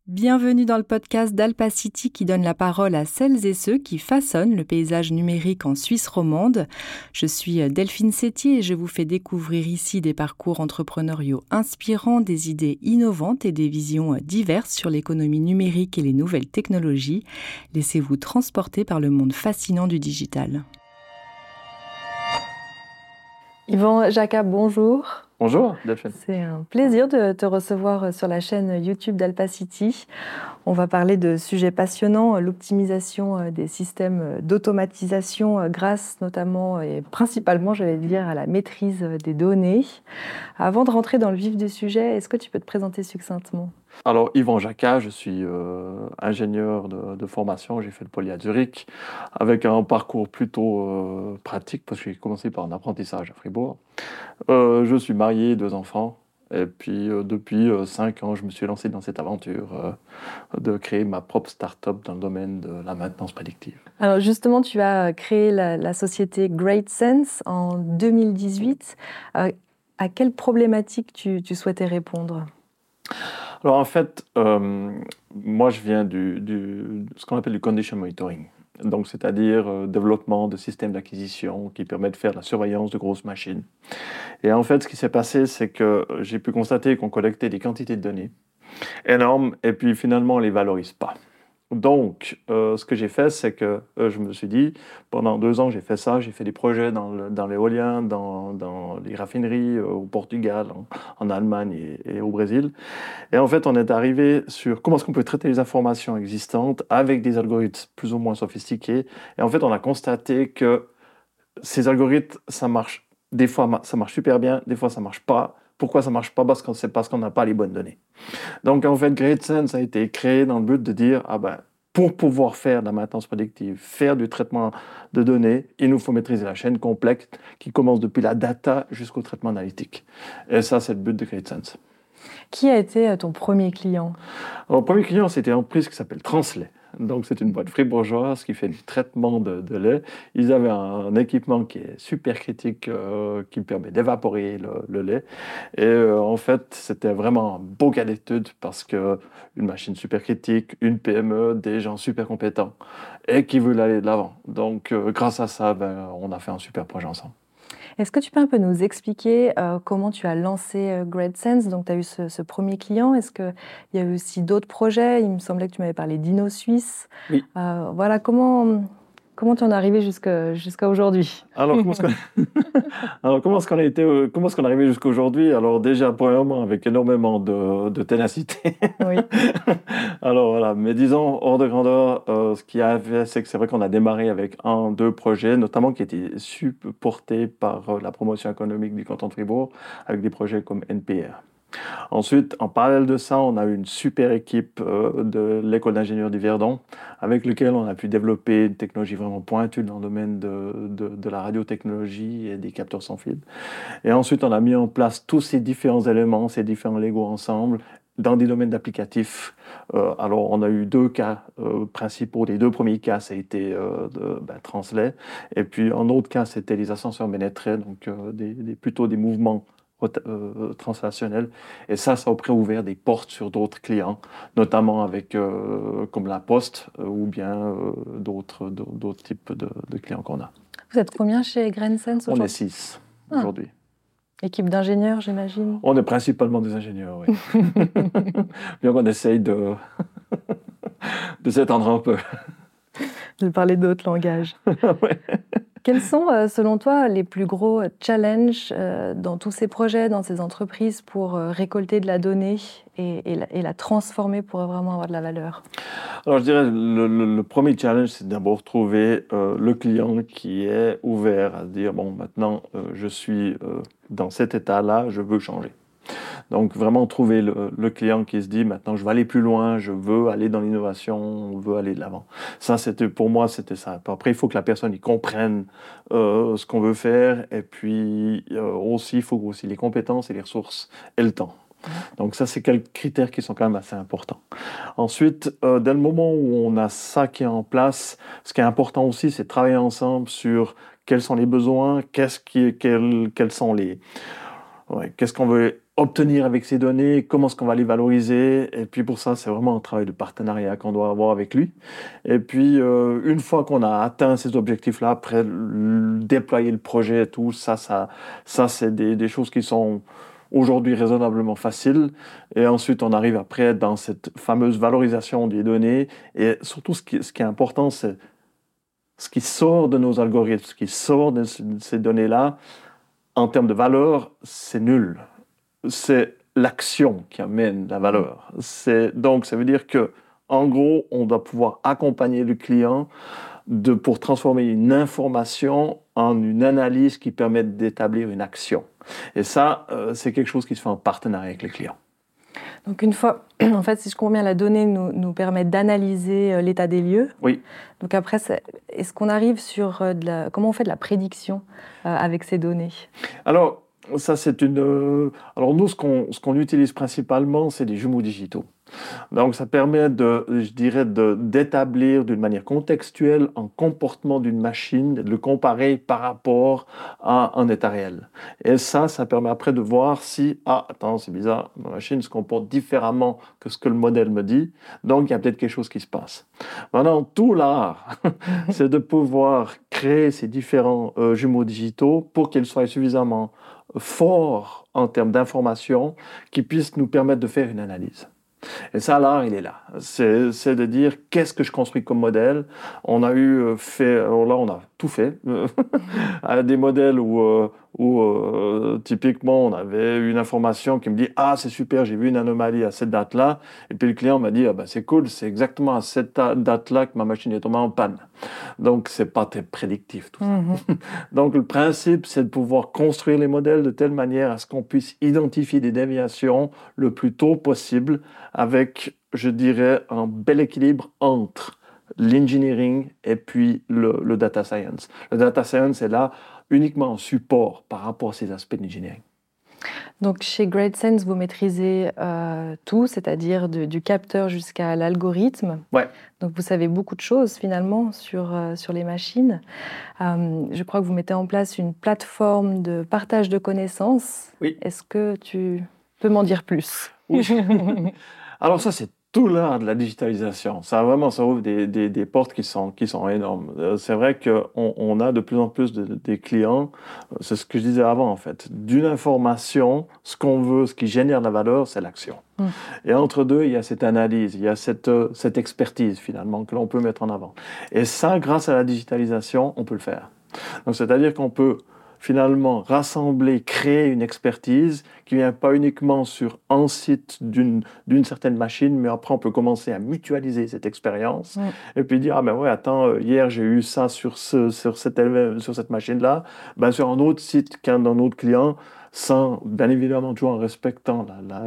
Bienvenue dans le podcast d'Alpacity qui donne la parole à celles et ceux qui façonnent le paysage numérique en Suisse romande. Je suis Delphine Sétier et je vous fais découvrir ici des parcours entrepreneuriaux inspirants, des idées innovantes et des visions diverses sur l'économie numérique et les nouvelles technologies. Laissez-vous transporter par le monde fascinant du digital. Yvan Jacquat, bonjour. Bonjour Delphine. C'est un plaisir de te recevoir sur la chaîne YouTube d'Alpacity. On va parler de sujets passionnants, l'optimisation des systèmes d'automatisation grâce notamment et principalement, j'allais dire, à la maîtrise des données. Avant de rentrer dans le vif du sujet, est-ce que tu peux te présenter succinctement ? Alors Yvan Jacquat, je suis ingénieur de formation, j'ai fait le Poly à Zurich avec un parcours plutôt pratique parce que j'ai commencé par un apprentissage à Fribourg. Je suis marié, 2 enfants. Et puis, depuis 5 ans, je me suis lancé dans cette aventure de créer ma propre start-up dans le domaine de la maintenance prédictive. Alors justement, tu as créé la société Great Sense en 2018. À quelle problématique tu souhaitais répondre ? Alors en fait, moi je viens de ce qu'on appelle du condition monitoring. Donc, c'est-à-dire développement de systèmes d'acquisition qui permettent de faire de la surveillance de grosses machines. Et en fait, ce qui s'est passé, c'est que j'ai pu constater qu'on collectait des quantités de données énormes et puis finalement on ne les valorise pas. Donc, ce que j'ai fait, c'est que je me suis dit, pendant 2 ans, j'ai fait ça, j'ai fait des projets dans l'éolien, dans les raffineries au Portugal, en Allemagne et au Brésil. Et en fait, on est arrivé sur comment est-ce qu'on peut traiter les informations existantes avec des algorithmes plus ou moins sophistiqués. Et en fait, on a constaté que ces algorithmes, ça marche. Des fois, ça marche super bien, des fois, ça marche pas. Pourquoi ça marche pas? C'est parce qu'on n'a pas les bonnes données. Donc, en fait, GreatSense a été créé dans le but de dire, pour pouvoir faire de la maintenance prédictive, faire du traitement de données, il nous faut maîtriser la chaîne complexe qui commence depuis la data jusqu'au traitement analytique. Et ça, c'est le but de GreatSense. Qui a été ton premier client ? Alors, le premier client, c'était une entreprise qui s'appelle Translait. Donc, c'est une boîte fribourgeoise qui fait du traitement de lait. Ils avaient un équipement qui est super critique, qui permet d'évaporer le lait. Et en fait, c'était vraiment un beau cas d'étude parce qu'une machine super critique, une PME, des gens super compétents et qui veulent aller de l'avant. Donc, grâce à ça, on a fait un super projet ensemble. Est-ce que tu peux un peu nous expliquer comment tu as lancé Great Sense ? Donc, tu as eu ce premier client. Est-ce qu'il y a eu aussi d'autres projets ? Il me semblait que tu m'avais parlé d'InnoSuisse. Oui. Voilà, comment tu en es arrivé jusqu'à aujourd'hui ? Alors, comment est-ce qu'on est arrivé jusqu'à aujourd'hui? Alors, déjà, premièrement, avec énormément de ténacité. Oui. Alors, voilà. Mais disons, hors de grandeur, ce qu'il y avait, c'est que c'est vrai qu'on a démarré avec 2 projets, notamment qui étaient supportés par la promotion économique du canton de Fribourg, avec des projets comme NPR. Ensuite, en parallèle de ça, on a eu une super équipe de l'école d'ingénieurs du Verdon, avec lequel on a pu développer une technologie vraiment pointue dans le domaine de la radiotechnologie et des capteurs sans fil. Et ensuite, on a mis en place tous ces différents éléments, ces différents Lego ensemble, dans des domaines d'applicatifs. Alors, on a eu 2 cas principaux. Les 2 premiers cas, ça a été Translait. Et puis, en autre cas, c'était les ascenseurs ménétrés, donc plutôt des mouvements translationnel. Et ça a ouvert des portes sur d'autres clients, notamment avec comme la Poste ou bien d'autres types de clients qu'on a. Vous êtes combien chez Great Sense aujourd'hui ? On est 6 aujourd'hui. Équipe d'ingénieurs, j'imagine ? On est principalement des ingénieurs, oui. Bien qu'on essaye de s'étendre un peu. De parler d'autres langages. Ouais. Quels sont, selon toi, les plus gros challenges dans tous ces projets, dans ces entreprises pour récolter de la donnée et la transformer pour vraiment avoir de la valeur ? Alors, je dirais le premier challenge, c'est d'abord trouver le client qui est ouvert à se dire, bon, maintenant, je suis dans cet état-là, je veux changer. Donc, vraiment trouver le client qui se dit, maintenant, je veux aller plus loin, je veux aller dans l'innovation, on veut aller de l'avant. Ça, pour moi, c'était ça. Après, il faut que la personne y comprenne ce qu'on veut faire. Et puis, aussi, il faut aussi les compétences et les ressources et le temps. Donc, ça, c'est quelques critères qui sont quand même assez importants. Ensuite, dès le moment où on a ça qui est en place, ce qui est important aussi, c'est de travailler ensemble sur quels sont les besoins, quels sont les... Ouais, qu'est-ce qu'on veut obtenir avec ces données, comment est-ce qu'on va les valoriser. Et puis pour ça, c'est vraiment un travail de partenariat qu'on doit avoir avec lui. Et puis, une fois qu'on a atteint ces objectifs-là, après, déployer le projet et tout, ça c'est des choses qui sont aujourd'hui raisonnablement faciles. Et ensuite, on arrive après dans cette fameuse valorisation des données. Et surtout, ce qui est important, c'est ce qui sort de nos algorithmes, ce qui sort de ces données-là, en termes de valeur, c'est nul. C'est l'action qui amène la valeur. Donc, ça veut dire que, en gros, on doit pouvoir accompagner le client pour transformer une information en une analyse qui permette d'établir une action. Et ça, c'est quelque chose qui se fait en partenariat avec les clients. Donc une fois, en fait, si je comprends bien, la donnée nous permet d'analyser l'état des lieux. Oui. Donc après, est-ce qu'on arrive sur comment on fait de la prédiction avec ces données? Alors, ça, c'est alors nous, ce qu'on utilise principalement, c'est des jumeaux digitaux. Donc, ça permet d'établir d'une manière contextuelle un comportement d'une machine, de le comparer par rapport à un état réel. Et ça permet après de voir si, attends, c'est bizarre, ma machine se comporte différemment que ce que le modèle me dit, donc il y a peut-être quelque chose qui se passe. Maintenant, tout l'art, c'est de pouvoir créer ces différents jumeaux digitaux pour qu'ils soient suffisamment forts en termes d'information qui puissent nous permettre de faire une analyse. Et ça, l'art, il est là. C'est de dire qu'est-ce que je construis comme modèle. On a alors là, on a tout fait. Des modèles où typiquement, on avait une information qui me dit « Ah, c'est super, j'ai vu une anomalie à cette date-là. » Et puis le client m'a dit « Ah ben, c'est cool, c'est exactement à cette date-là que ma machine est tombée en panne. » Donc, c'est pas très prédictif, tout ça. Donc, le principe, c'est de pouvoir construire les modèles de telle manière à ce qu'on puisse identifier des déviations le plus tôt possible avec, je dirais, un bel équilibre entre l'engineering et puis le data science. Le data science est là uniquement en support par rapport à ces aspects d'engineering. Donc chez GradeSense, vous maîtrisez tout, c'est-à-dire du capteur jusqu'à l'algorithme. Ouais. Donc vous savez beaucoup de choses finalement sur les machines. Je crois que vous mettez en place une plateforme de partage de connaissances. Oui. Est-ce que tu peux m'en dire plus? Oui. Alors ça, c'est tout l'art de la digitalisation. Ça ouvre des portes qui sont énormes. C'est vrai qu'on a de plus en plus des clients, c'est ce que je disais avant en fait, d'une information, ce qu'on veut, ce qui génère la valeur, c'est l'action. Et entre deux, il y a cette analyse, il y a cette expertise finalement que l'on peut mettre en avant. Et ça, grâce à la digitalisation, on peut le faire. Donc c'est-à-dire qu'on peut finalement rassembler, créer une expertise qui ne vient pas uniquement sur un site d'une certaine machine, mais après on peut commencer à mutualiser cette expérience et puis dire, ah ben ouais, attends, hier j'ai eu ça sur cette machine-là, ben sur un autre site qu'un autre client, sans, bien évidemment, toujours en respectant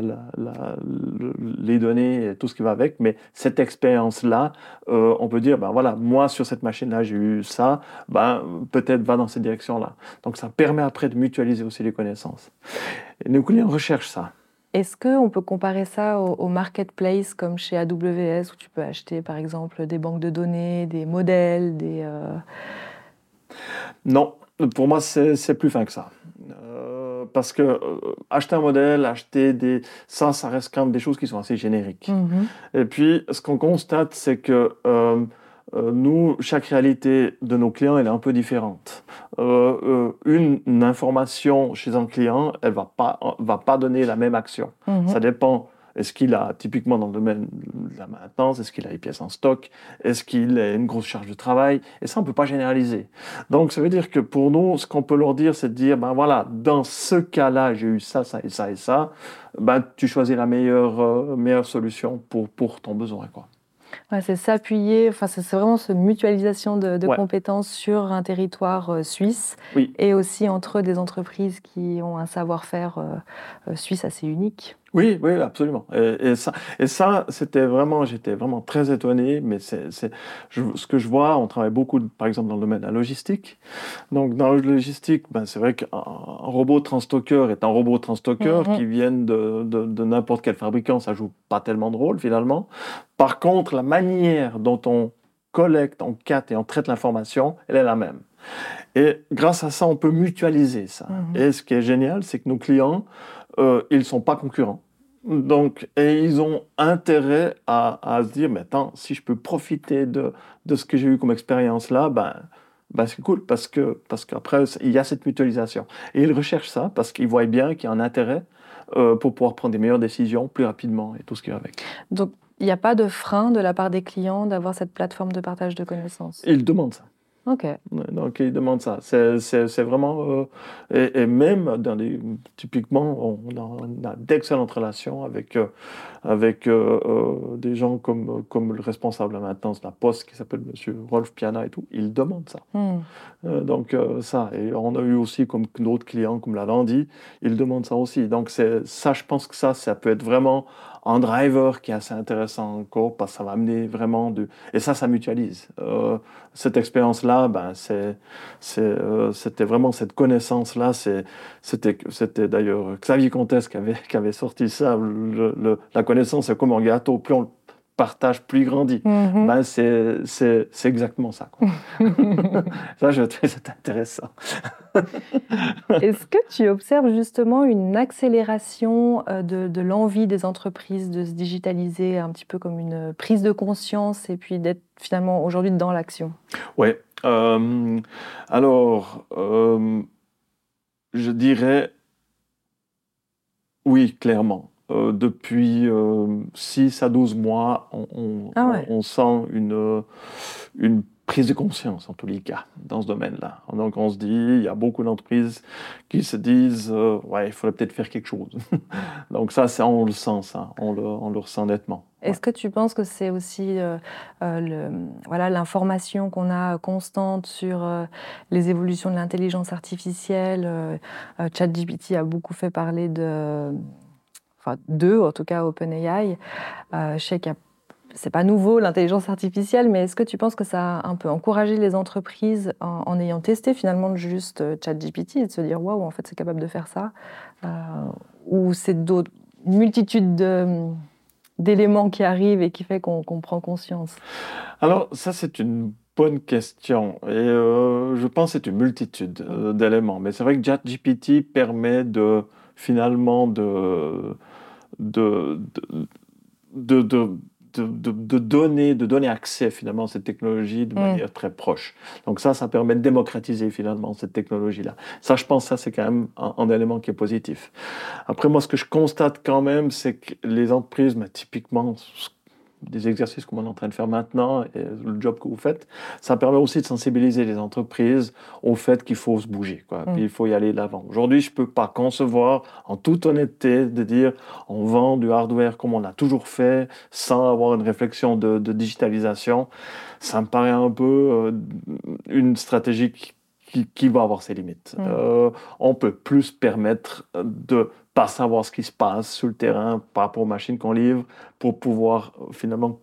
les données et tout ce qui va avec, mais cette expérience-là, on peut dire, ben voilà, moi sur cette machine-là, j'ai eu ça, ben peut-être va dans cette direction-là. Donc ça permet après de mutualiser aussi les connaissances. Et nos clients recherchent ça. Est-ce qu'on peut comparer ça au marketplace comme chez AWS où tu peux acheter par exemple des banques de données, des modèles, Non, pour moi c'est plus fin que ça. Parce que acheter un modèle, ça reste quand même des choses qui sont assez génériques. Et puis ce qu'on constate, c'est que nous, chaque réalité de nos clients, elle est un peu différente. Une information chez un client, elle va pas donner la même action. Ça dépend. Est-ce qu'il a, typiquement dans le domaine de la maintenance, est-ce qu'il a les pièces en stock? Est-ce qu'il a une grosse charge de travail? Et ça, on ne peut pas généraliser. Donc, ça veut dire que pour nous, ce qu'on peut leur dire, c'est de dire, ben voilà, dans ce cas-là, j'ai eu ça, ça et ça et ça, ben tu choisis la meilleure solution pour ton besoin, quoi. Ouais, c'est s'appuyer, enfin c'est vraiment cette mutualisation de compétences sur un territoire suisse et aussi entre des entreprises qui ont un savoir-faire suisse assez unique. Oui, absolument. Et ça, j'étais vraiment très étonné, mais ce que je vois, on travaille beaucoup, par exemple, dans le domaine de la logistique. Donc, dans la logistique, ben, c'est vrai qu'un robot transstocker est un robot transstocker qui vienne de n'importe quel fabricant, ça joue pas tellement de rôle, finalement. Par contre, la manière dont on collecte, on capte et on traite l'information, elle est la même. Et grâce à ça, on peut mutualiser ça. Et ce qui est génial, c'est que nos clients ils ne sont pas concurrents. Donc, et ils ont intérêt à se dire, mais attends, si je peux profiter de ce que j'ai eu comme expérience là, ben c'est cool parce qu'après, il y a cette mutualisation. Et ils recherchent ça parce qu'ils voient bien qu'il y a un intérêt pour pouvoir prendre des meilleures décisions plus rapidement et tout ce qui va avec. Donc, il n'y a pas de frein de la part des clients d'avoir cette plateforme de partage de connaissances? Ils demandent ça. Ok. Ouais, donc, ils demandent ça. C'est vraiment... et même, typiquement, on a d'excellentes relations avec des gens comme le responsable de la maintenance de la Poste, qui s'appelle Monsieur Rolf Piana et tout. Ils demandent ça. Donc, ça. Et on a eu aussi comme d'autres clients, comme la Landy, ils demandent ça aussi. Donc, ça, je pense que ça peut être vraiment un driver qui est assez intéressant encore, parce que ça va amener vraiment du... Et ça mutualise. Cette expérience-là, c'était vraiment cette connaissance-là. C'était d'ailleurs Xavier Comtesse qui avait sorti ça. La connaissance, c'est comme un gâteau. Plus on le partage, plus il grandit. C'est exactement ça, quoi. Ça, je trouve c'est intéressant. Est-ce que tu observes justement une accélération de l'envie des entreprises de se digitaliser, un petit peu comme une prise de conscience et puis d'être finalement aujourd'hui dans l'action? Oui. Alors, je dirais oui, clairement. Depuis 6 à 12 mois, on sent une prise de conscience, en tous les cas, dans ce domaine-là. Donc, on se dit, il y a beaucoup d'entreprises qui se disent, ouais, il faudrait peut-être faire quelque chose. Donc, ça, on le sent, ça. On le ressent nettement. Est-ce que tu penses que c'est aussi l'information qu'on a constante sur les évolutions de l'intelligence artificielle? ChatGPT a beaucoup fait parler d'eux, en tout cas OpenAI. Je sais qu'il y a c'est pas nouveau l'intelligence artificielle, mais est-ce que tu penses que ça a un peu encouragé les entreprises en ayant testé finalement juste ChatGPT et de se dire waouh, en fait c'est capable de faire ça, ou c'est une multitude d'éléments qui arrivent et qui fait qu'on prend conscience? Alors ça c'est une bonne question et je pense que c'est une multitude d'éléments, mais c'est vrai que ChatGPT permet finalement de donner accès finalement à cette technologie de manière très proche. Donc ça permet de démocratiser finalement cette technologie-là. Ça, je pense, ça c'est quand même un élément qui est positif. Après, moi, ce que je constate quand même, c'est que les entreprises, typiquement, des exercices comme on est en train de faire maintenant et le job que vous faites, ça permet aussi de sensibiliser les entreprises au fait qu'il faut se bouger, quoi. Puis il faut y aller de l'avant. Aujourd'hui, je ne peux pas concevoir, en toute honnêteté, de dire on vend du hardware comme on a toujours fait, sans avoir une réflexion de digitalisation. Ça me paraît un peu une stratégie qui va avoir ses limites. On peut plus se permettre de pas savoir ce qui se passe sur le terrain par rapport aux machines qu'on livre pour pouvoir finalement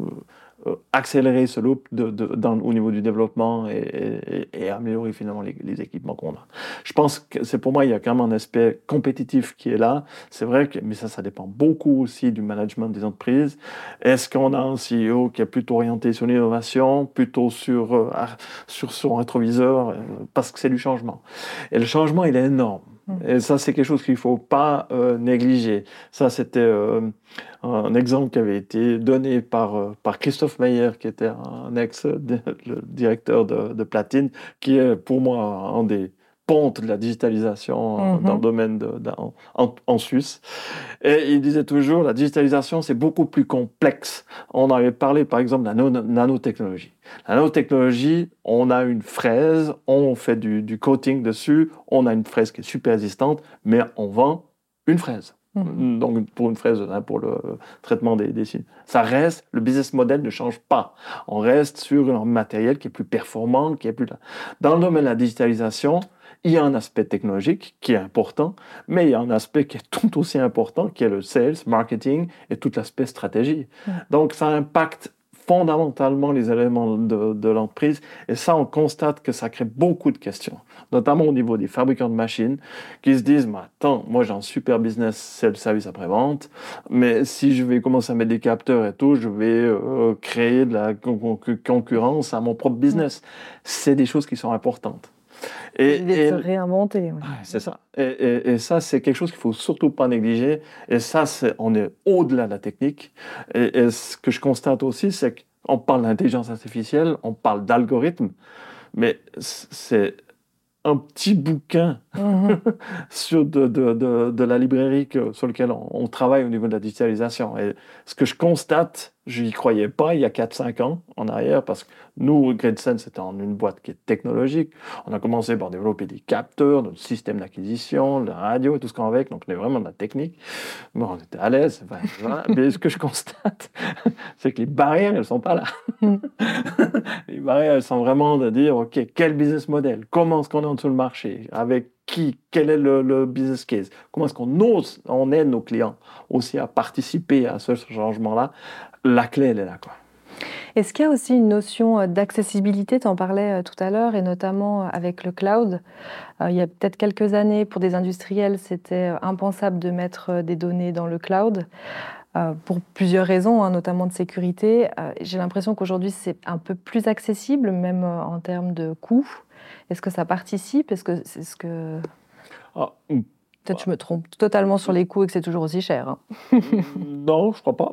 accélérer ce loop au niveau du développement et améliorer finalement les équipements qu'on a. Je pense que pour moi, il y a quand même un aspect compétitif qui est là. C'est vrai que, mais ça dépend beaucoup aussi du management des entreprises. Est-ce qu'on a un CEO qui est plutôt orienté sur l'innovation, plutôt sur son rétroviseur, parce que c'est du changement. Et le changement, il est énorme. Et ça, c'est quelque chose qu'il ne faut pas négliger. Ça, c'était un exemple qui avait été donné par Christophe Meyer, qui était un le directeur de Platine, qui est pour moi un des pontes de la digitalisation dans le domaine en Suisse. Et il disait toujours, la digitalisation, c'est beaucoup plus complexe. On avait parlé, par exemple, de la nanotechnologie. La nanotechnologie, on a une fraise, on fait du coating dessus, on a une fraise qui est super résistante, mais on vend une fraise. Donc, pour une fraise, pour le traitement des signes. Ça reste, le business model ne change pas. On reste sur un matériel qui est plus performant, qui est plus... Dans le domaine de la digitalisation, il y a un aspect technologique qui est important, mais il y a un aspect qui est tout aussi important, qui est le sales, marketing et tout l'aspect stratégie. Donc, ça impacte fondamentalement les éléments de l'entreprise. Et ça, on constate que ça crée beaucoup de questions, notamment au niveau des fabricants de machines, qui se disent, attends, moi j'ai un super business, c'est le service après-vente, mais si je vais commencer à mettre des capteurs et tout, je vais créer de la concurrence à mon propre business. C'est des choses qui sont importantes. L'idée de se réinventer. Ouais, c'est ça. Et ça, c'est quelque chose qu'il ne faut surtout pas négliger. Et ça, on est au-delà de la technique. Et ce que je constate aussi, c'est qu'on parle d'intelligence artificielle, on parle d'algorithmes, mais c'est un petit bouquin de la librairie sur lequel on travaille au niveau de la digitalisation. Et ce que je constate, je n'y croyais pas il y a 4-5 ans en arrière, parce que nous, GridSense, c'était une boîte qui est technologique. On a commencé par développer des capteurs, notre système d'acquisition, la radio et tout ce qu'on a avec, donc on est vraiment de la technique. Bon, on était à l'aise, enfin, voilà. Mais ce que je constate, c'est que les barrières, elles ne sont pas là. Les barrières, elles sont vraiment de dire, OK, quel business model? Comment est-ce qu'on entre sur le marché? Avec qui? Quel est le business case? Comment est-ce on aide nos clients aussi à participer à ce changement-là? La clé, elle est là, quoi. Est-ce qu'il y a aussi une notion d'accessibilité? Tu en parlais tout à l'heure, et notamment avec le cloud. Il y a peut-être quelques années, pour des industriels, c'était impensable de mettre des données dans le cloud. Pour plusieurs raisons, notamment de sécurité. J'ai l'impression qu'aujourd'hui, c'est un peu plus accessible, même en termes de coûts. Est-ce que ça participe? Ah, Peut-être je me trompe totalement sur les coûts et que c'est toujours aussi cher. non, je crois pas.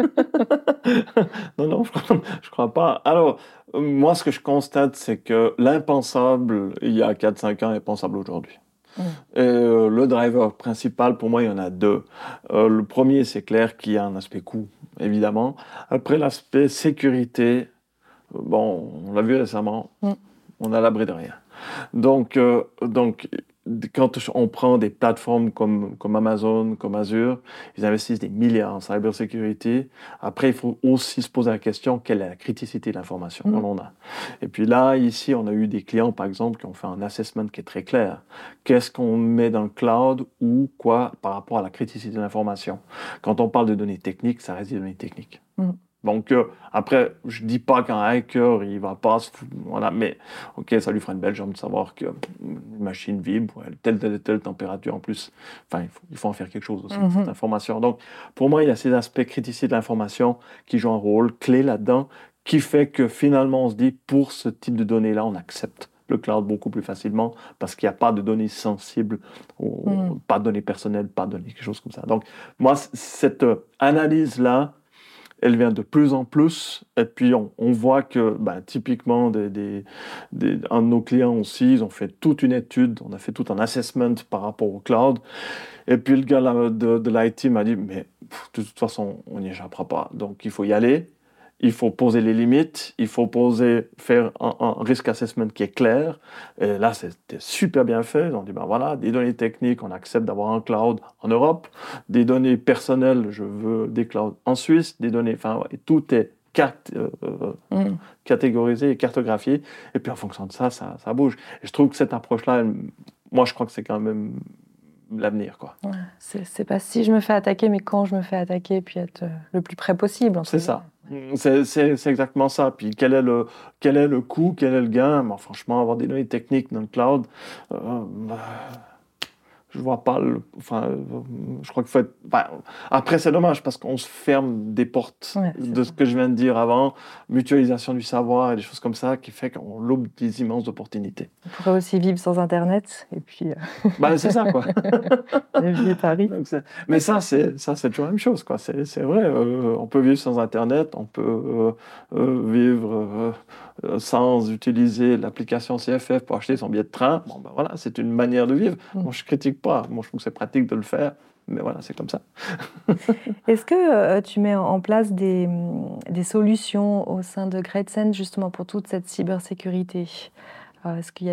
Non, je crois pas. Alors, moi, ce que je constate, c'est que l'impensable, il y a 4-5 ans, est pensable aujourd'hui. Et, le driver principal, pour moi, il y en a deux. Le premier, c'est clair qu'il y a un aspect coût, évidemment. Après, l'aspect sécurité, bon, on l'a vu récemment, on est à l'abri de rien. Donc, quand on prend des plateformes comme Amazon, comme Azure, ils investissent des milliards en cybersécurité. Après, il faut aussi se poser la question, quelle est la criticité de l'information qu'on a? Et puis là, ici, on a eu des clients, par exemple, qui ont fait un assessment qui est très clair. Qu'est-ce qu'on met dans le cloud ou quoi par rapport à la criticité de l'information? Quand on parle de données techniques, ça reste des données techniques. Donc, après, je ne dis pas qu'un hacker, il va pas voilà, mais OK, ça lui fera une belle jambe de savoir qu'une machine vibre, telle température en plus. Enfin, il faut en faire quelque chose aussi de cette information. Donc, pour moi, il y a ces aspects critiques de l'information qui jouent un rôle clé là-dedans, qui fait que finalement, on se dit, pour ce type de données-là, on accepte le cloud beaucoup plus facilement parce qu'il n'y a pas de données sensibles, pas de données personnelles, pas de données, quelque chose comme ça. Donc, moi, cette analyse-là, elle vient de plus en plus, et puis on voit que typiquement un de nos clients aussi, ils ont fait toute une étude, on a fait tout un assessment par rapport au cloud, et puis le gars de l'IT m'a dit, mais de toute façon, on n'y échappera pas, donc il faut y aller, il faut poser les limites, il faut faire un risk assessment qui est clair. Et là, c'était super bien fait. On dit, voilà, des données techniques, on accepte d'avoir un cloud en Europe. Des données personnelles, je veux des clouds en Suisse. Des données, tout est catégorisé et cartographié. Et puis en fonction de ça, ça bouge. Et je trouve que cette approche-là, moi, je crois que c'est quand même l'avenir, quoi. Ouais, c'est pas si je me fais attaquer, mais quand je me fais attaquer, puis être le plus près possible. C'est ça. C'est exactement ça. Puis quel est le coût, quel est le gain? Franchement, avoir des données techniques dans le cloud, je vois pas je crois qu'il faut être... après, c'est dommage parce qu'on se ferme des portes de ce que je viens de dire avant, mutualisation du savoir et des choses comme ça, qui fait qu'on loupe des immenses opportunités. On pourrait aussi vivre sans Internet, et puis... c'est ça, quoi. La vie est à Paris. Mais ça, c'est toujours la même chose, quoi. C'est vrai, on peut vivre sans Internet, on peut vivre sans utiliser l'application CFF pour acheter son billet de train. Voilà, c'est une manière de vivre. Moi, je critique pas. Moi, je trouve que c'est pratique de le faire. Mais voilà, c'est comme ça. Est-ce que tu mets en place des solutions au sein de GridSense justement pour toute cette cybersécurité? Est-ce qu'il y a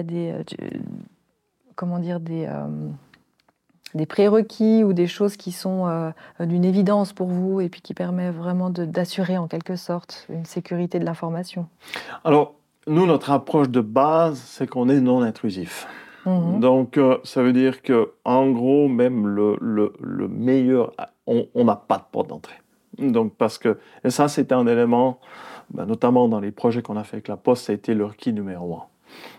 des prérequis ou des choses qui sont d'une évidence pour vous et puis qui permettent vraiment d'assurer en quelque sorte une sécurité de l'information? Alors, nous, notre approche de base, c'est qu'on est non intrusif. Donc, ça veut dire que, en gros, même le meilleur, on n'a pas de porte d'entrée. Donc, et ça, c'était un élément, notamment dans les projets qu'on a fait avec la Poste, ça a été leur key numéro 1.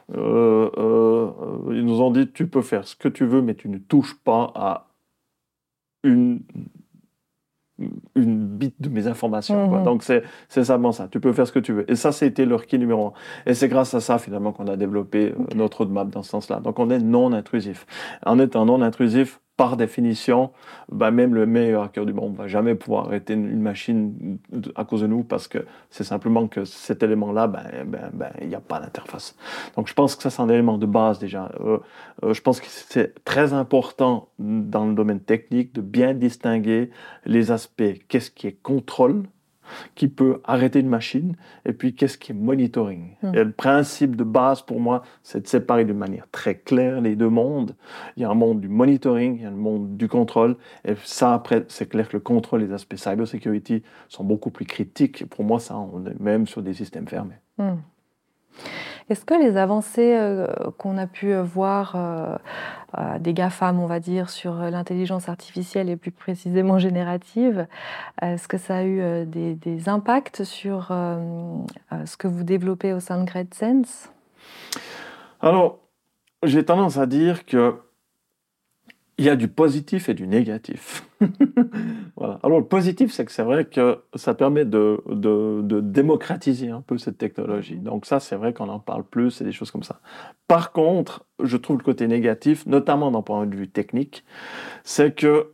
Ils nous ont dit, tu peux faire ce que tu veux, mais tu ne touches pas à une une bit de mes informations, quoi. Mhm. Donc, c'est simplement ça. Tu peux faire ce que tu veux. Et ça, c'était leur key numéro un. Et c'est grâce à ça, finalement, qu'on a développé Ok. notre roadmap dans ce sens-là. Donc, on est non intrusif. En étant non intrusif, par définition, ben, même le meilleur hacker du monde ne va jamais pouvoir arrêter une machine à cause de nous parce que c'est simplement que cet élément-là, il n'y a pas d'interface. Donc, je pense que ça, c'est un élément de base déjà. Je pense que c'est très important dans le domaine technique de bien distinguer les aspects, qu'est-ce qui est contrôle, qui peut arrêter une machine, et puis qu'est-ce qui est monitoring. Mhm. Et le principe de base pour moi, c'est de séparer de manière très claire les deux mondes. Il y a un monde du monitoring, il y a un monde du contrôle, et ça après, c'est clair que le contrôle, les aspects cybersecurity sont beaucoup plus critiques. Et pour moi, ça, on est même sur des systèmes fermés. Mhm. Est-ce que les avancées qu'on a pu voir des GAFAM, on va dire, sur l'intelligence artificielle et plus précisément générative, est-ce que ça a eu des impacts sur ce que vous développez au sein de GreatSense? Alors, j'ai tendance à dire que il y a du positif et du négatif. Voilà. Alors, le positif, c'est que c'est vrai que ça permet de démocratiser un peu cette technologie. Donc ça, c'est vrai qu'on en parle plus et des choses comme ça. Par contre, je trouve le côté négatif, notamment d'un point de vue technique, c'est que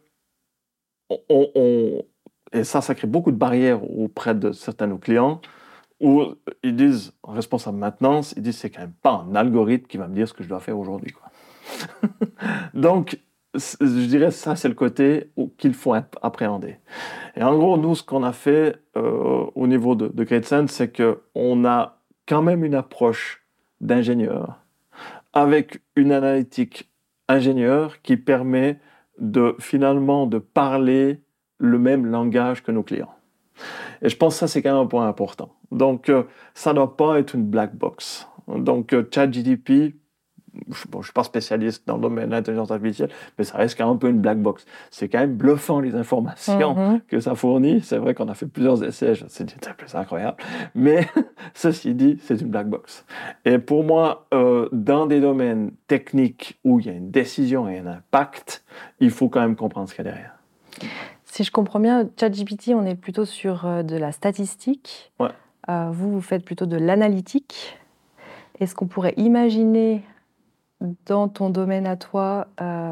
et ça crée beaucoup de barrières auprès de certains de nos clients, où ils disent, en responsable maintenance, ils disent, c'est quand même pas un algorithme qui va me dire ce que je dois faire aujourd'hui, quoi. Donc, je dirais ça, c'est le côté qu'il faut appréhender. Et en gros, nous, ce qu'on a fait au niveau de GreatSense, c'est qu'on a quand même une approche d'ingénieur avec une analytique ingénieur qui permet finalement de parler le même langage que nos clients. Et je pense que ça, c'est quand même un point important. Donc, ça ne doit pas être une black box. Donc, ChatGPT, je ne suis pas spécialiste dans le domaine de l'intelligence artificielle, mais ça reste quand même un peu une black box. C'est quand même bluffant les informations que ça fournit. C'est vrai qu'on a fait plusieurs essais, c'est incroyable. Mais ceci dit, c'est une black box. Et pour moi, dans des domaines techniques où il y a une décision et un impact, il faut quand même comprendre ce qu'il y a derrière. Si je comprends bien, ChatGPT, on est plutôt sur de la statistique. Ouais. Vous faites plutôt de l'analytique. Est-ce qu'on pourrait imaginer dans ton domaine à toi,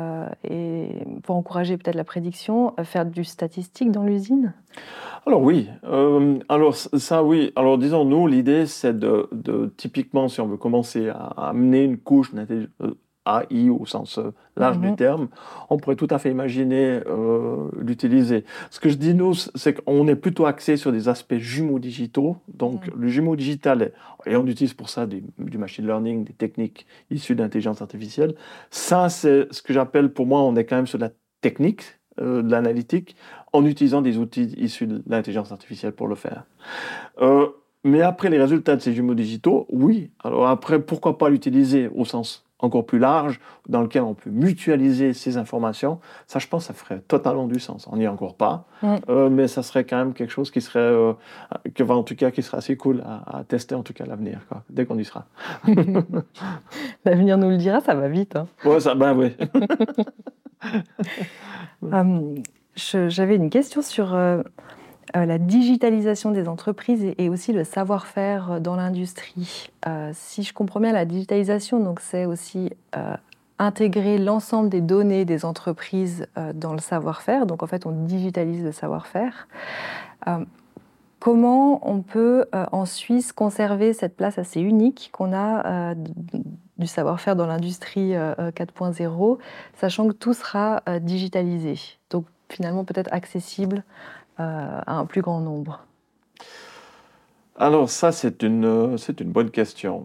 et pour encourager peut-être la prédiction, faire du statistique dans l'usine? Alors oui, alors ça oui. Alors disons, nous, l'idée, c'est typiquement, si on veut commencer à amener une couche d'intelligence AI au sens large du terme, on pourrait tout à fait imaginer l'utiliser. Ce que je dis, nous, c'est qu'on est plutôt axé sur des aspects jumeaux digitaux. Donc, le jumeau digital, et on utilise pour ça du machine learning, des techniques issues d'intelligence artificielle. Ça, c'est ce que j'appelle, pour moi, on est quand même sur la technique, de l'analytique, en utilisant des outils issus de l'intelligence artificielle pour le faire. Mais après, les résultats de ces jumeaux digitaux, oui. Alors après, pourquoi pas l'utiliser au sens encore plus large, dans lequel on peut mutualiser ces informations. Ça, je pense, ça ferait totalement du sens. On n'y est encore pas, mais ça serait quand même quelque chose qui serait, en tout cas, qui serait assez cool à tester, en tout cas, à l'avenir, quoi, dès qu'on y sera. L'avenir nous le dira, ça va vite, hein. Ouais, ça, ben oui. J'avais une question sur la digitalisation des entreprises et aussi le savoir-faire dans l'industrie. Si je comprends bien, la digitalisation, donc, c'est aussi intégrer l'ensemble des données des entreprises dans le savoir-faire. Donc en fait, on digitalise le savoir-faire. Comment on peut en Suisse conserver cette place assez unique qu'on a du savoir-faire dans l'industrie 4.0, sachant que tout sera digitalisé, donc finalement peut-être accessible à un plus grand nombre? Alors ça, c'est une bonne question.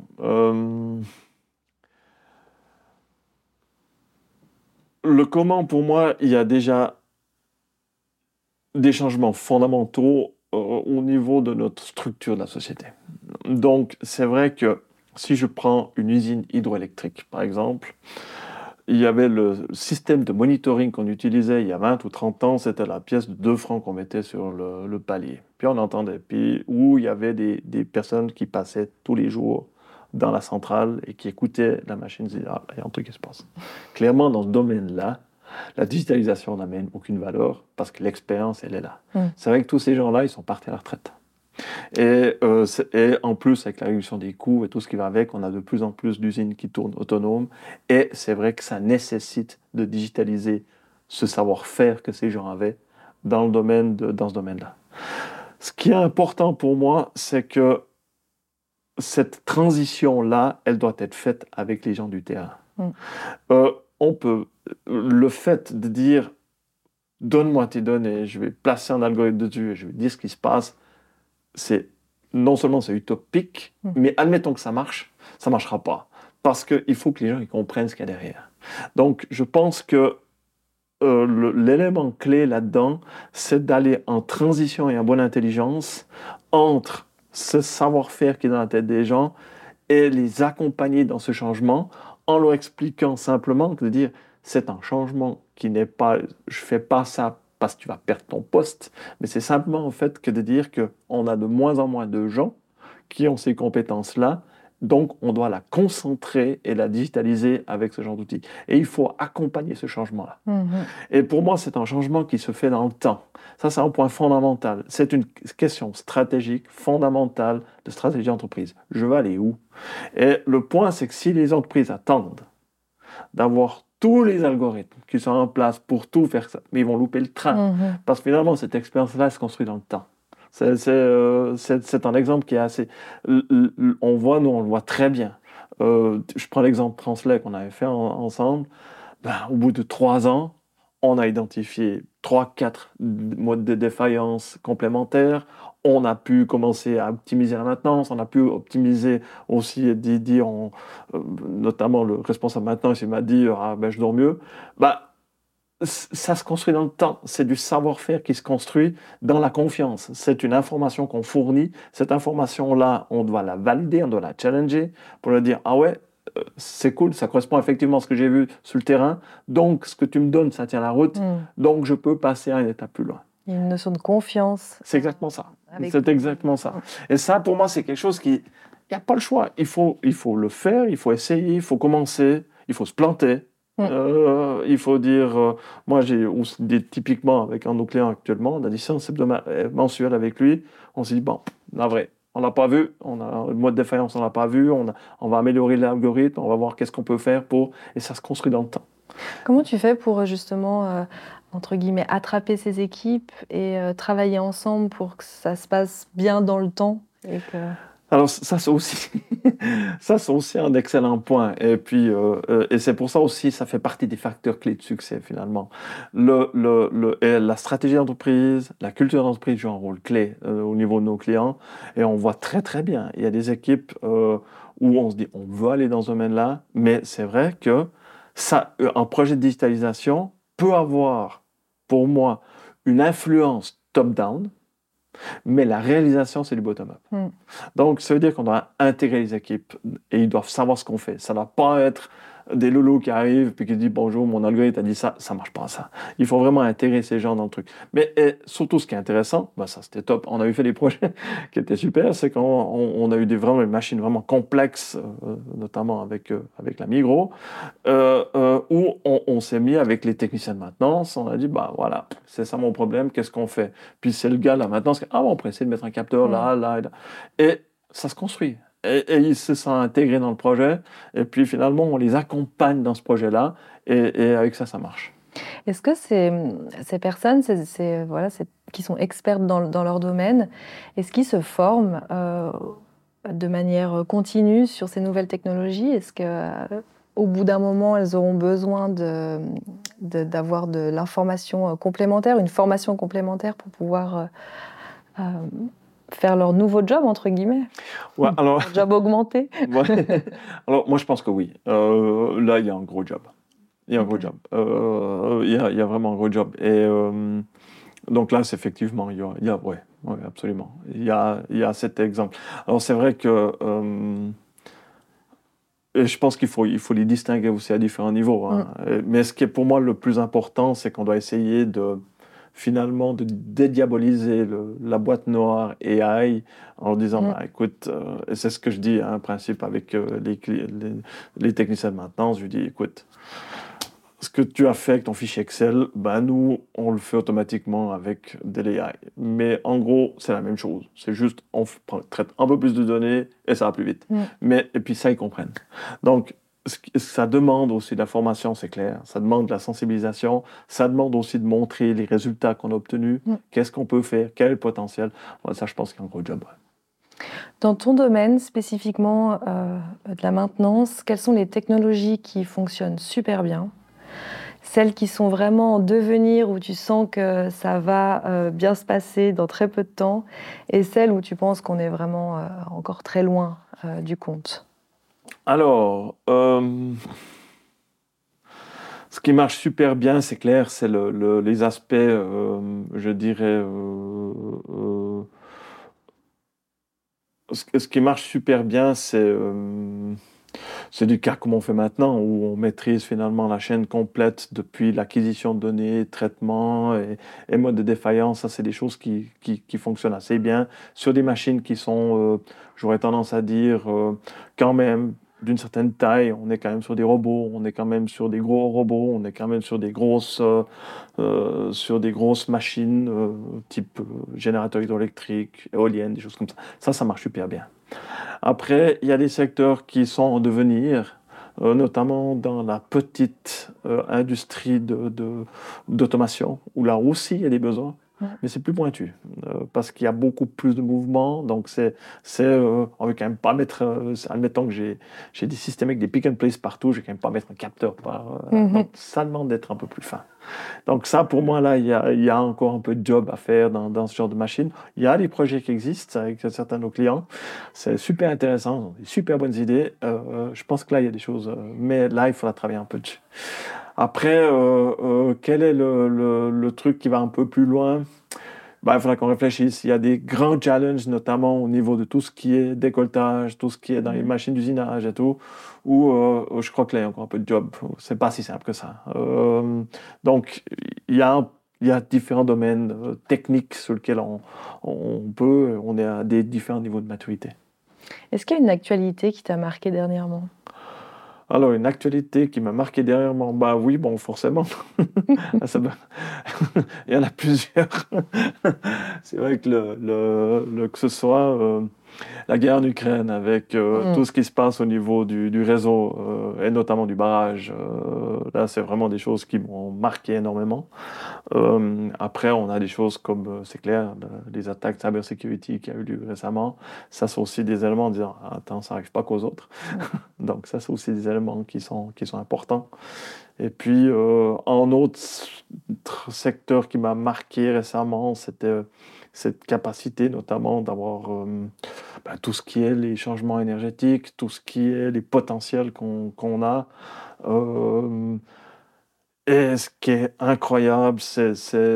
Le comment, pour moi, il y a déjà des changements fondamentaux au niveau de notre structure de la société. Donc, c'est vrai que si je prends une usine hydroélectrique, par exemple, il y avait le système de monitoring qu'on utilisait il y a 20 ou 30 ans, c'était la pièce de 2 francs qu'on mettait sur le palier. Puis on entendait, puis où il y avait des personnes qui passaient tous les jours dans la centrale et qui écoutaient la machine, disaient, ah, il y a un truc qui se passe. Clairement, dans ce domaine-là, la digitalisation n'amène aucune valeur parce que l'expérience, elle est là. C'est vrai que tous ces gens-là, ils sont partis à la retraite. Et en plus, avec la réduction des coûts et tout ce qui va avec, on a de plus en plus d'usines qui tournent autonomes. Et c'est vrai que ça nécessite de digitaliser ce savoir-faire que ces gens avaient dans ce domaine-là. Ce qui est important pour moi, c'est que cette transition-là, elle doit être faite avec les gens du terrain. Le fait de dire, donne-moi tes données, je vais placer un algorithme dessus et je vais dire ce qui se passe, non seulement c'est utopique, mais admettons que ça marchera pas. Parce qu'il faut que les gens ils comprennent ce qu'il y a derrière. Donc, je pense que l'élément clé là-dedans, c'est d'aller en transition et en bonne intelligence entre ce savoir-faire qui est dans la tête des gens et les accompagner dans ce changement en leur expliquant simplement de dire c'est un changement qui n'est pas, je fais pas ça parce que tu vas perdre ton poste, mais c'est simplement en fait que de dire qu'on a de moins en moins de gens qui ont ces compétences-là, donc on doit la concentrer et la digitaliser avec ce genre d'outils. Et il faut accompagner ce changement-là. Et pour moi, c'est un changement qui se fait dans le temps. Ça, c'est un point fondamental. C'est une question stratégique, fondamentale de stratégie d'entreprise. Je vais aller où? Et le point, c'est que si les entreprises attendent d'avoir tous les algorithmes qui sont en place pour tout faire ça, mais ils vont louper le train. Parce que finalement, cette expérience-là se construit dans le temps. C'est un exemple qui est assez... on le voit très bien. Je prends l'exemple Translate qu'on avait fait ensemble. Au bout de 3 ans, on a identifié 3-4 modes de défaillance complémentaires. On a pu commencer à optimiser la maintenance. On a pu optimiser aussi, notamment le responsable maintenance, il m'a dit je dors mieux. Ça se construit dans le temps. C'est du savoir-faire qui se construit dans la confiance. C'est une information qu'on fournit. Cette information-là, on doit la valider, on doit la challenger pour leur dire ah ouais, c'est cool, ça correspond effectivement à ce que j'ai vu sur le terrain. Donc, ce que tu me donnes, ça tient la route. Donc, je peux passer à une étape plus loin. Il y a une notion de confiance. C'est exactement ça. C'est exactement ça. Et ça, pour moi, c'est quelque chose qui... Il n'y a pas le choix. Il faut le faire, il faut essayer, il faut commencer, il faut se planter. Il faut dire... moi, j'ai dit typiquement avec un de nos clients actuellement, on a des séances mensuelles avec lui. On s'est dit, bon, la vraie. On l'a pas vu, on a le mode de défaillance, on l'a pas vu, on va améliorer l'algorithme, on va voir qu'est-ce qu'on peut faire et ça se construit dans le temps. Comment tu fais pour justement, entre guillemets, attraper ces équipes et travailler ensemble pour que ça se passe bien dans le temps et que... Alors ça c'est aussi un excellent point et puis et c'est pour ça aussi ça fait partie des facteurs clés de succès finalement. La stratégie d'entreprise, la culture d'entreprise joue un rôle clé au niveau de nos clients et on voit très très bien. Il y a des équipes où on se dit on veut aller dans ce domaine-là, mais c'est vrai que un projet de digitalisation peut avoir pour moi une influence top-down. Mais la réalisation, c'est du bottom-up. Donc, ça veut dire qu'on doit intégrer les équipes et ils doivent savoir ce qu'on fait. Ça ne doit pas être des loulous qui arrivent et qui disent « Bonjour, mon algorithme a dit ça ». Ça ne marche pas, ça. Il faut vraiment intégrer ces gens dans le truc. Mais surtout, ce qui est intéressant, ça c'était top. On a eu fait des projets qui étaient super. C'est qu'on a eu vraiment des machines vraiment complexes, notamment avec la Migros, où on s'est mis avec les techniciens de maintenance. On a dit, voilà, c'est ça mon problème, qu'est-ce qu'on fait? Puis c'est le gars là maintenant, on pourrait essayer de mettre un capteur là et là. Et ça se construit. Et ils se sont intégrés dans le projet. Et puis finalement, on les accompagne dans ce projet-là. Et avec ça, ça marche. Est-ce que ces personnes qui sont expertes dans leur domaine, est-ce qu'ils se forment de manière continue sur ces nouvelles technologies? Est-ce qu'au bout d'un moment, elles auront besoin d'avoir de l'information complémentaire, une formation complémentaire pour pouvoir... faire leur nouveau job, entre guillemets, leur job augmenté? Alors, moi, je pense que oui. Là, il y a un gros job. Il y a un gros job. Il y a vraiment un gros job. Et donc là, c'est effectivement, ouais, absolument. Il y a cet exemple. Alors, c'est vrai que je pense qu'il faut les distinguer aussi à différents niveaux. Mais ce qui est pour moi le plus important, c'est qu'on doit essayer finalement de dédiaboliser la boîte noire AI en disant écoute, et c'est ce que je dis en principe avec les techniciens de maintenance, je dis écoute, ce que tu as fait avec ton fichier Excel, ben nous, on le fait automatiquement avec de l'AI. Mais en gros, c'est la même chose. C'est juste, traite un peu plus de données et ça va plus vite. Et puis ça, ils comprennent. Donc, ça demande aussi de la formation, c'est clair. Ça demande de la sensibilisation. Ça demande aussi de montrer les résultats qu'on a obtenus. Qu'est-ce qu'on peut faire? Quel est le potentiel? Ça, je pense qu'il y a un gros job. Dans ton domaine, spécifiquement de la maintenance, quelles sont les technologies qui fonctionnent super bien? Celles qui sont vraiment en devenir, où tu sens que ça va bien se passer dans très peu de temps, et celles où tu penses qu'on est vraiment encore très loin du compte? Alors, ce qui marche super bien, c'est clair, c'est les aspects, je dirais, ce qui marche super bien, c'est du cas comme on fait maintenant, où on maîtrise finalement la chaîne complète depuis l'acquisition de données, traitement et mode de défaillance. Ça, c'est des choses qui fonctionnent assez bien sur des machines qui sont, j'aurais tendance à dire, quand même d'une certaine taille. On est quand même sur des robots, on est quand même sur des gros robots, on est quand même sur des grosses machines type générateur hydroélectrique, éolienne, des choses comme ça. Ça marche super bien. Après, il y a des secteurs qui sont en devenir, notamment dans la petite industrie d'automation, où là aussi il y a des besoins, mais c'est plus pointu, parce qu'il y a beaucoup plus de mouvements, donc on ne veut quand même pas mettre, admettons que j'ai des systèmes avec des pick and place partout, je ne vais quand même pas mettre un capteur donc ça demande d'être un peu plus fin. Donc ça, pour moi, là, il y a encore un peu de job à faire dans ce genre de machine. Il y a des projets qui existent avec certains de nos clients. C'est super intéressant, ils ont des super bonnes idées. Je pense que là, il y a des choses, mais là, il faudra travailler un peu dessus. Après, quel est le truc qui va un peu plus loin? Il faudra qu'on réfléchisse. Il y a des grands challenges, notamment au niveau de tout ce qui est décolletage, tout ce qui est dans les machines d'usinage et tout, où je crois que là, il y a encore un peu de job. C'est pas si simple que ça. Donc, il y a différents domaines techniques sur lesquels on est à des différents niveaux de maturité. Est-ce qu'il y a une actualité qui t'a marqué dernièrement? Alors, une actualité qui m'a marqué dernièrement, oui, bon, forcément. Il y en a plusieurs. C'est vrai que que ce soit la guerre en Ukraine avec tout ce qui se passe au niveau du réseau et notamment du barrage, là, c'est vraiment des choses qui m'ont marqué énormément. Après, on a des choses comme, c'est clair, les attaques cybersecurity qui a eu lieu récemment. Ça, c'est aussi des éléments de dire, attends, ça n'arrive pas qu'aux autres. Donc ça, c'est aussi des éléments qui sont importants. Et puis, un autre secteur qui m'a marqué récemment, c'était cette capacité notamment d'avoir tout ce qui est les changements énergétiques, tout ce qui est les potentiels qu'on a. Et ce qui est incroyable, c'est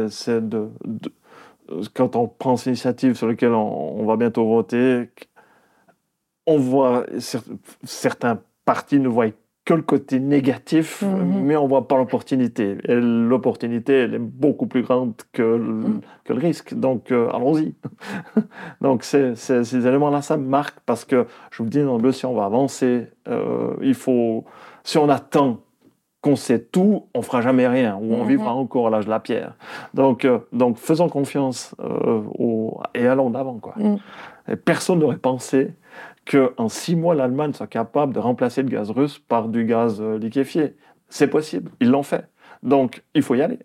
quand on prend ces initiatives sur lesquelles on va bientôt voter, on voit certains partis ne voient que le côté négatif, mais on ne voit pas l'opportunité. Et l'opportunité, elle est beaucoup plus grande que le risque. Donc, allons-y. Donc, ces éléments-là, ça me marque parce que, je vous dis, si on va avancer, si on attend qu'on sait tout, on ne fera jamais rien, ou on vivra encore à l'âge de la pierre. Donc faisons confiance et allons d'avant, quoi. Et personne n'aurait pensé qu'en 6 mois, l'Allemagne soit capable de remplacer le gaz russe par du gaz liquéfié. C'est possible, ils l'ont fait. Donc, il faut y aller.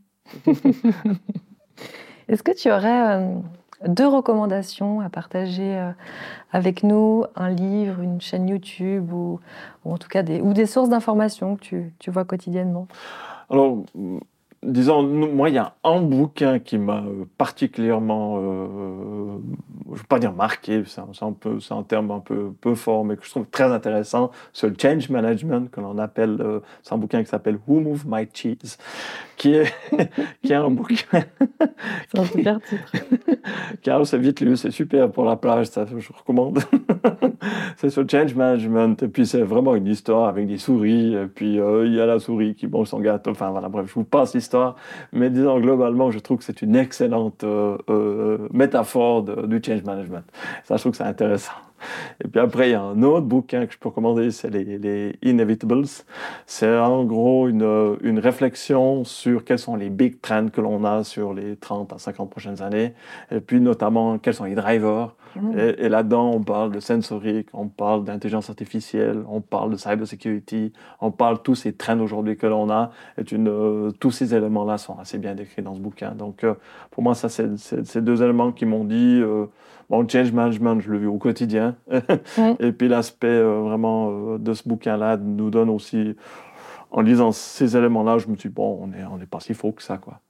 Est-ce que tu aurais 2 recommandations à partager avec nous, un livre, une chaîne YouTube ou en tout cas des sources d'informations que tu vois quotidiennement? Alors, disons, moi, il y a un bouquin qui m'a particulièrement, je ne veux pas dire marqué, c'est un terme un peu fort, mais que je trouve très intéressant, sur le change management, que l'on appelle, c'est un bouquin qui s'appelle Who Moved My Cheese, qui est un bouquin. C'est un super titre. Car c'est vite lu, c'est super pour la plage, ça je recommande. C'est sur le change management, et puis c'est vraiment une histoire avec des souris, et puis il y a la souris qui mange son gâteau, enfin voilà, bref, je vous passe l'histoire, mais disons globalement, je trouve que c'est une excellente métaphore du change management. Ça, je trouve que c'est intéressant. Et puis après, il y a un autre bouquin que je peux recommander, c'est les Inevitables. C'est en gros une réflexion sur quels sont les big trends que l'on a sur les 30 à 50 prochaines années, et puis notamment quels sont les drivers. Et là-dedans, on parle de sensorique, on parle d'intelligence artificielle, on parle de cybersecurity, on parle de tous ces trends aujourd'hui que l'on a. Tous ces éléments-là sont assez bien décrits dans ce bouquin. Donc, pour moi, ça, c'est deux éléments qui m'ont dit... Bon, change management, je le vis au quotidien. Et puis l'aspect vraiment de ce bouquin-là nous donne aussi, en lisant ces éléments-là, je me suis dit, bon, on n'est pas si faux que ça, quoi.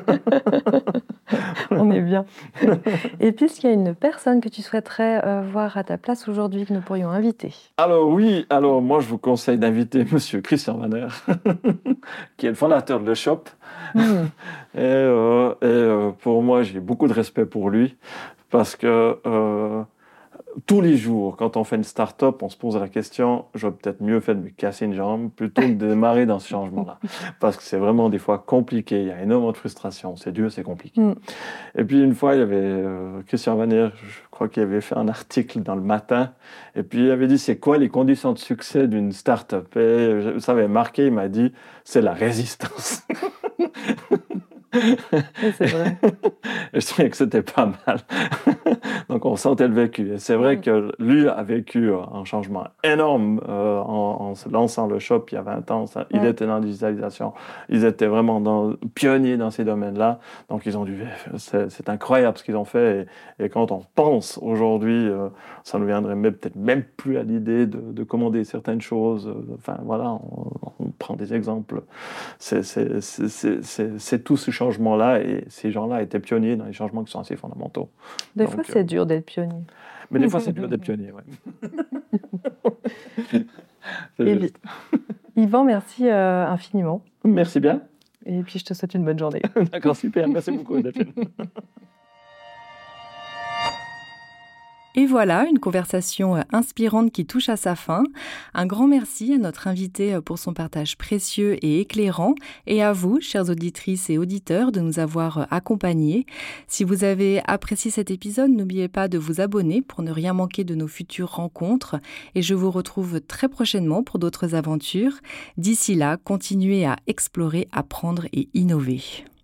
On est bien. Et puis, est-ce qu'il y a une personne que tu souhaiterais voir à ta place aujourd'hui que nous pourrions inviter? Alors oui, moi je vous conseille d'inviter Monsieur Christian Vaner, qui est le fondateur de Le Shop. Pour moi, j'ai beaucoup de respect pour lui, parce que tous les jours, quand on fait une start-up, on se pose la question, j'aurais peut-être mieux fait de me casser une jambe plutôt que de démarrer dans ce changement-là. Parce que c'est vraiment des fois compliqué, il y a énormément de frustration, c'est dur, c'est compliqué. Et puis une fois, il y avait Christian Vaner, je crois qu'il avait fait un article dans Le Matin, et puis il avait dit, c'est quoi les conditions de succès d'une start-up? Et ça avait marqué, il m'a dit, c'est la résistance. Oui, c'est vrai. Et je trouvais que c'était pas mal. Donc on sentait le vécu. Et c'est vrai que lui a vécu un changement énorme en se lançant Le Shop il y a 20 ans. Il était dans la digitalisation. Ils étaient vraiment pionniers dans ces domaines-là. Donc ils ont dû... C'est incroyable ce qu'ils ont fait. Et quand on pense aujourd'hui, ça ne nous viendrait peut-être même plus à l'idée de commander certaines choses. Enfin voilà, on prend des exemples. C'est tout ce changement-là. Et ces gens-là étaient pionniers dans les changements qui sont assez fondamentaux. Des fois, c'est dur d'être pionnier. Mais des fois, c'est dur d'être pionnier, oui. Yvan, merci infiniment. Merci bien. Et puis, je te souhaite une bonne journée. D'accord, super. Merci beaucoup, Delphine. Et voilà, une conversation inspirante qui touche à sa fin. Un grand merci à notre invité pour son partage précieux et éclairant, et à vous, chères auditrices et auditeurs, de nous avoir accompagnés. Si vous avez apprécié cet épisode, n'oubliez pas de vous abonner pour ne rien manquer de nos futures rencontres, et je vous retrouve très prochainement pour d'autres aventures. D'ici là, continuez à explorer, apprendre et innover.